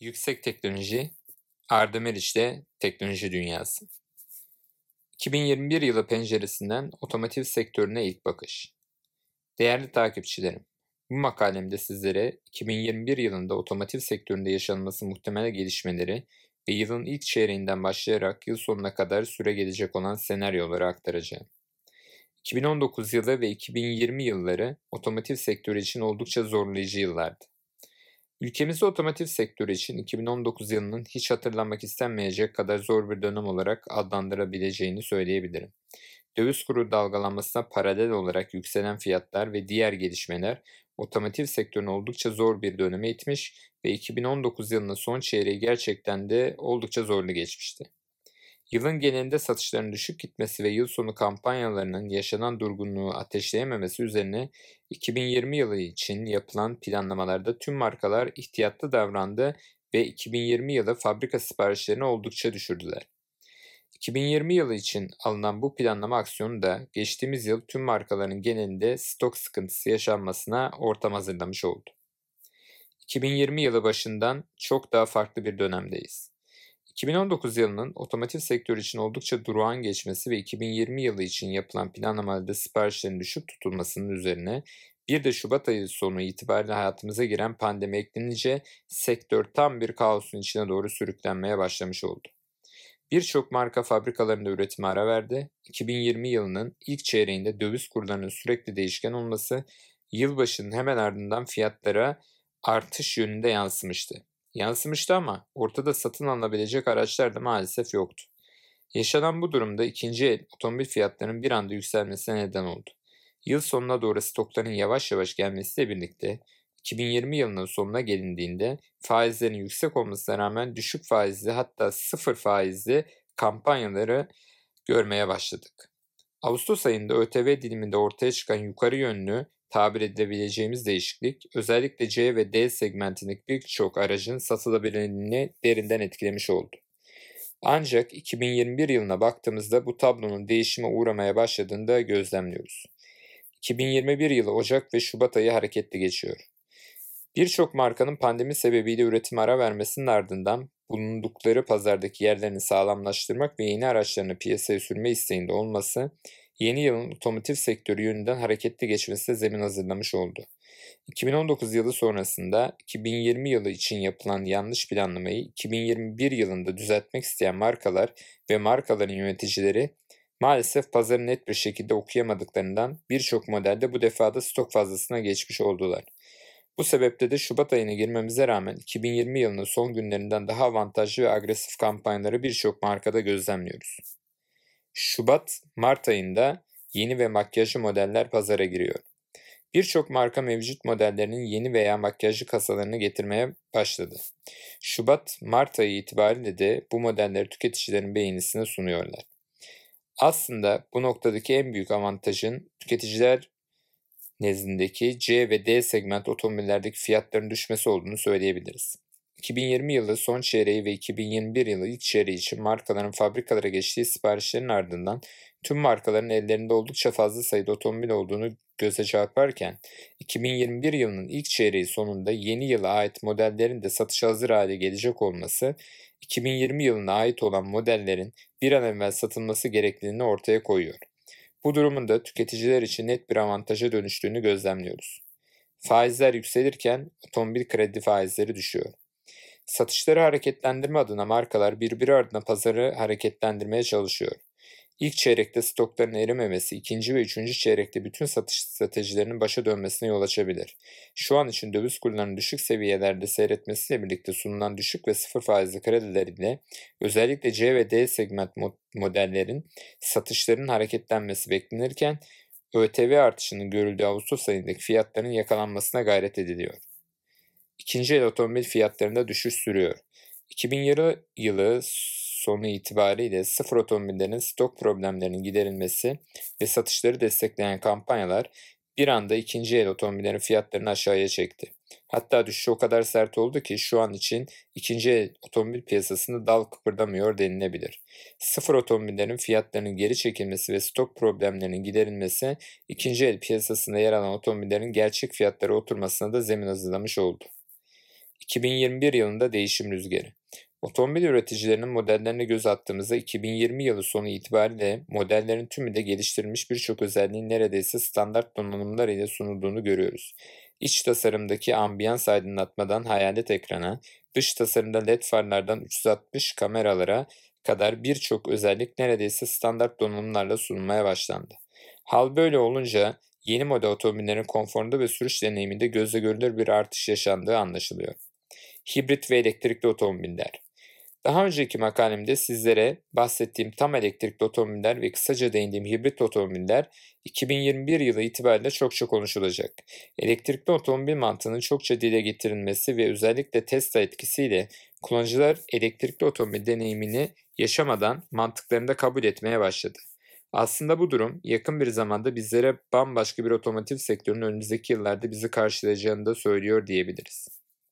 Yüksek teknoloji, Arda Meriç'le teknoloji dünyası. 2021 yılı penceresinden otomotiv sektörüne ilk bakış. Değerli takipçilerim, bu makalemde sizlere 2021 yılında otomotiv sektöründe yaşanması muhtemel gelişmeleri ve yılın ilk çeyreğinden başlayarak yıl sonuna kadar süre gelecek olan senaryoları aktaracağım. 2019 yılı ve 2020 yılları otomotiv sektörü için oldukça zorlayıcı yıllardı. Ülkemizde otomotiv sektörü için 2019 yılının hiç hatırlanmak istenmeyecek kadar zor bir dönem olarak adlandırabileceğini söyleyebilirim. Döviz kuru dalgalanmasına paralel olarak yükselen fiyatlar ve diğer gelişmeler otomotiv sektörünü oldukça zor bir döneme itmiş ve 2019 yılının son çeyreği gerçekten de oldukça zorlu geçmişti. Yılın genelinde satışların düşük gitmesi ve yıl sonu kampanyalarının yaşanan durgunluğu ateşleyememesi üzerine 2020 yılı için yapılan planlamalarda tüm markalar ihtiyatlı davrandı ve 2020 yılı fabrika siparişlerini oldukça düşürdüler. 2020 yılı için alınan bu planlama aksiyonu da geçtiğimiz yıl tüm markaların genelinde stok sıkıntısı yaşanmasına ortam hazırlamış oldu. 2020 yılı başından çok daha farklı bir dönemdeyiz. 2019 yılının otomotiv sektörü için oldukça durağan geçmesi ve 2020 yılı için yapılan planlamalarda siparişlerin düşük tutulmasının üzerine bir de Şubat ayı sonu itibariyle hayatımıza giren pandemi eklenince sektör tam bir kaosun içine doğru sürüklenmeye başlamış oldu. Birçok marka fabrikalarında üretime ara verdi. 2020 yılının ilk çeyreğinde döviz kurlarının sürekli değişken olması yılbaşının hemen ardından fiyatlara artış yönünde yansımıştı ama ortada satın alınabilecek araçlar da maalesef yoktu. Yaşanan bu durumda ikinci el otomobil fiyatlarının bir anda yükselmesine neden oldu. Yıl sonuna doğru stokların yavaş yavaş gelmesiyle birlikte 2020 yılının sonuna gelindiğinde faizlerin yüksek olmasına rağmen düşük faizli hatta sıfır faizli kampanyaları görmeye başladık. Ağustos ayında ÖTV diliminde ortaya çıkan yukarı yönlü tabir edebileceğimiz değişiklik özellikle C ve D segmentindeki birçok aracın satılabilirliğini derinden etkilemiş oldu. Ancak 2021 yılına baktığımızda bu tablonun değişime uğramaya başladığını da gözlemliyoruz. 2021 yılı Ocak ve Şubat ayı hareketli geçiyor. Birçok markanın pandemi sebebiyle üretim ara vermesinin ardından bulundukları pazardaki yerlerini sağlamlaştırmak ve yeni araçlarını piyasaya sürme isteğinde olması, yeni yılın otomotiv sektörü yönünden hareketli geçmesine zemin hazırlamış oldu. 2019 yılı sonrasında 2020 yılı için yapılan yanlış planlamayı 2021 yılında düzeltmek isteyen markalar ve markaların yöneticileri maalesef pazarı net bir şekilde okuyamadıklarından birçok modelde bu defada stok fazlasına geçmiş oldular. Bu sebeple de Şubat ayına girmemize rağmen 2020 yılının son günlerinden daha avantajlı ve agresif kampanyaları birçok markada gözlemliyoruz. Şubat-Mart ayında yeni ve makyajlı modeller pazara giriyor. Birçok marka mevcut modellerinin yeni veya makyajlı kasalarını getirmeye başladı. Şubat-Mart ayı itibariyle de bu modelleri tüketicilerin beğenisine sunuyorlar. Aslında bu noktadaki en büyük avantajın tüketiciler nezdindeki C ve D segment otomobillerdeki fiyatların düşmesi olduğunu söyleyebiliriz. 2020 yılı son çeyreği ve 2021 yılı ilk çeyreği için markaların fabrikalara geçtiği siparişlerin ardından tüm markaların ellerinde oldukça fazla sayıda otomobil olduğunu göze çarparken 2021 yılının ilk çeyreği sonunda yeni yıla ait modellerin de satışa hazır hale gelecek olması 2020 yılına ait olan modellerin bir an evvel satılması gerekliliğini ortaya koyuyor. Bu durumun da tüketiciler için net bir avantaja dönüştüğünü gözlemliyoruz. Faizler yükselirken otomobil kredi faizleri düşüyor. Satışları hareketlendirme adına markalar birbiri ardına pazarı hareketlendirmeye çalışıyor. İlk çeyrekte stokların erimemesi, ikinci ve üçüncü çeyrekte bütün satış stratejilerinin başa dönmesine yol açabilir. Şu an için döviz kurlarının düşük seviyelerde seyretmesiyle birlikte sunulan düşük ve sıfır faizli krediler ile özellikle C ve D segment modellerin satışlarının hareketlenmesi beklenirken ÖTV artışının görüldüğü Ağustos ayındaki fiyatların yakalanmasına gayret ediliyor. İkinci el otomobil fiyatlarında düşüş sürüyor. 2020 yılı sonu itibariyle sıfır otomobillerin stok problemlerinin giderilmesi ve satışları destekleyen kampanyalar bir anda ikinci el otomobillerin fiyatlarını aşağıya çekti. Hatta düşüş o kadar sert oldu ki şu an için ikinci el otomobil piyasasında dal kıpırdamıyor denilebilir. Sıfır otomobillerin fiyatlarının geri çekilmesi ve stok problemlerinin giderilmesi ikinci el piyasasında yer alan otomobillerin gerçek fiyatlara oturmasına da zemin hazırlamış oldu. 2021 yılında değişim rüzgarı. Otomobil üreticilerinin modellerine göz attığımızda 2020 yılı sonu itibariyle modellerin tümü de geliştirilmiş birçok özelliğin neredeyse standart donanımlar ile sunulduğunu görüyoruz. İç tasarımdaki ambiyans aydınlatmadan hayalet ekrana, dış tasarımda LED farlardan 360 kameralara kadar birçok özellik neredeyse standart donanımlarla sunulmaya başlandı. Hal böyle olunca yeni model otomobillerin konforunda ve sürüş deneyiminde gözle görülür bir artış yaşandığı anlaşılıyor. Hibrit ve elektrikli otomobiller. Daha önceki makalemde sizlere bahsettiğim tam elektrikli otomobiller ve kısaca değindiğim hibrit otomobiller 2021 yılı itibariyle çokça konuşulacak. Elektrikli otomobil mantığının çokça dile getirilmesi ve özellikle Tesla etkisiyle kullanıcılar elektrikli otomobil deneyimini yaşamadan mantıklarında kabul etmeye başladı. Aslında bu durum yakın bir zamanda bizlere bambaşka bir otomotiv sektörünün önümüzdeki yıllarda bizi karşılayacağını da söylüyor diyebiliriz.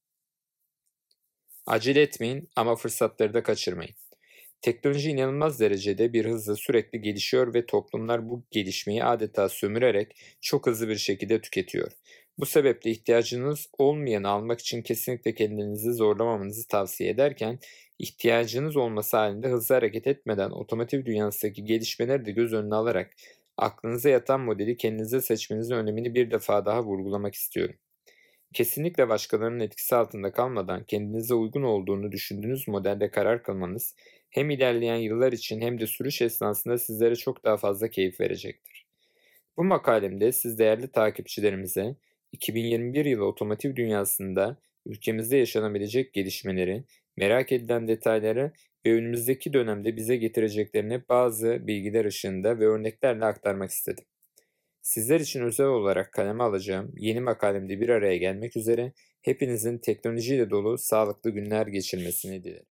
Acele etmeyin ama fırsatları da kaçırmayın. Teknoloji inanılmaz derecede bir hızla sürekli gelişiyor ve toplumlar bu gelişmeyi adeta sömürerek çok hızlı bir şekilde tüketiyor. Bu sebeple ihtiyacınız olmayanı almak için kesinlikle kendinizi zorlamamanızı tavsiye ederken, ihtiyacınız olması halinde hızlı hareket etmeden otomotiv dünyasındaki gelişmeleri de göz önüne alarak aklınıza yatan modeli kendinize seçmenizin önemini bir defa daha vurgulamak istiyorum. Kesinlikle başkalarının etkisi altında kalmadan kendinize uygun olduğunu düşündüğünüz modelde karar kılmanız hem ilerleyen yıllar için hem de sürüş esnasında sizlere çok daha fazla keyif verecektir. Bu makalemde siz değerli takipçilerimize 2021 yılı otomotiv dünyasında ülkemizde yaşanabilecek gelişmeleri, merak edilen detayları ve önümüzdeki dönemde bize getireceklerini bazı bilgiler ışığında ve örneklerle aktarmak istedim. Sizler için özel olarak kaleme alacağım yeni makalemde bir araya gelmek üzere hepinizin teknolojiyle dolu sağlıklı günler geçirmesini dilerim.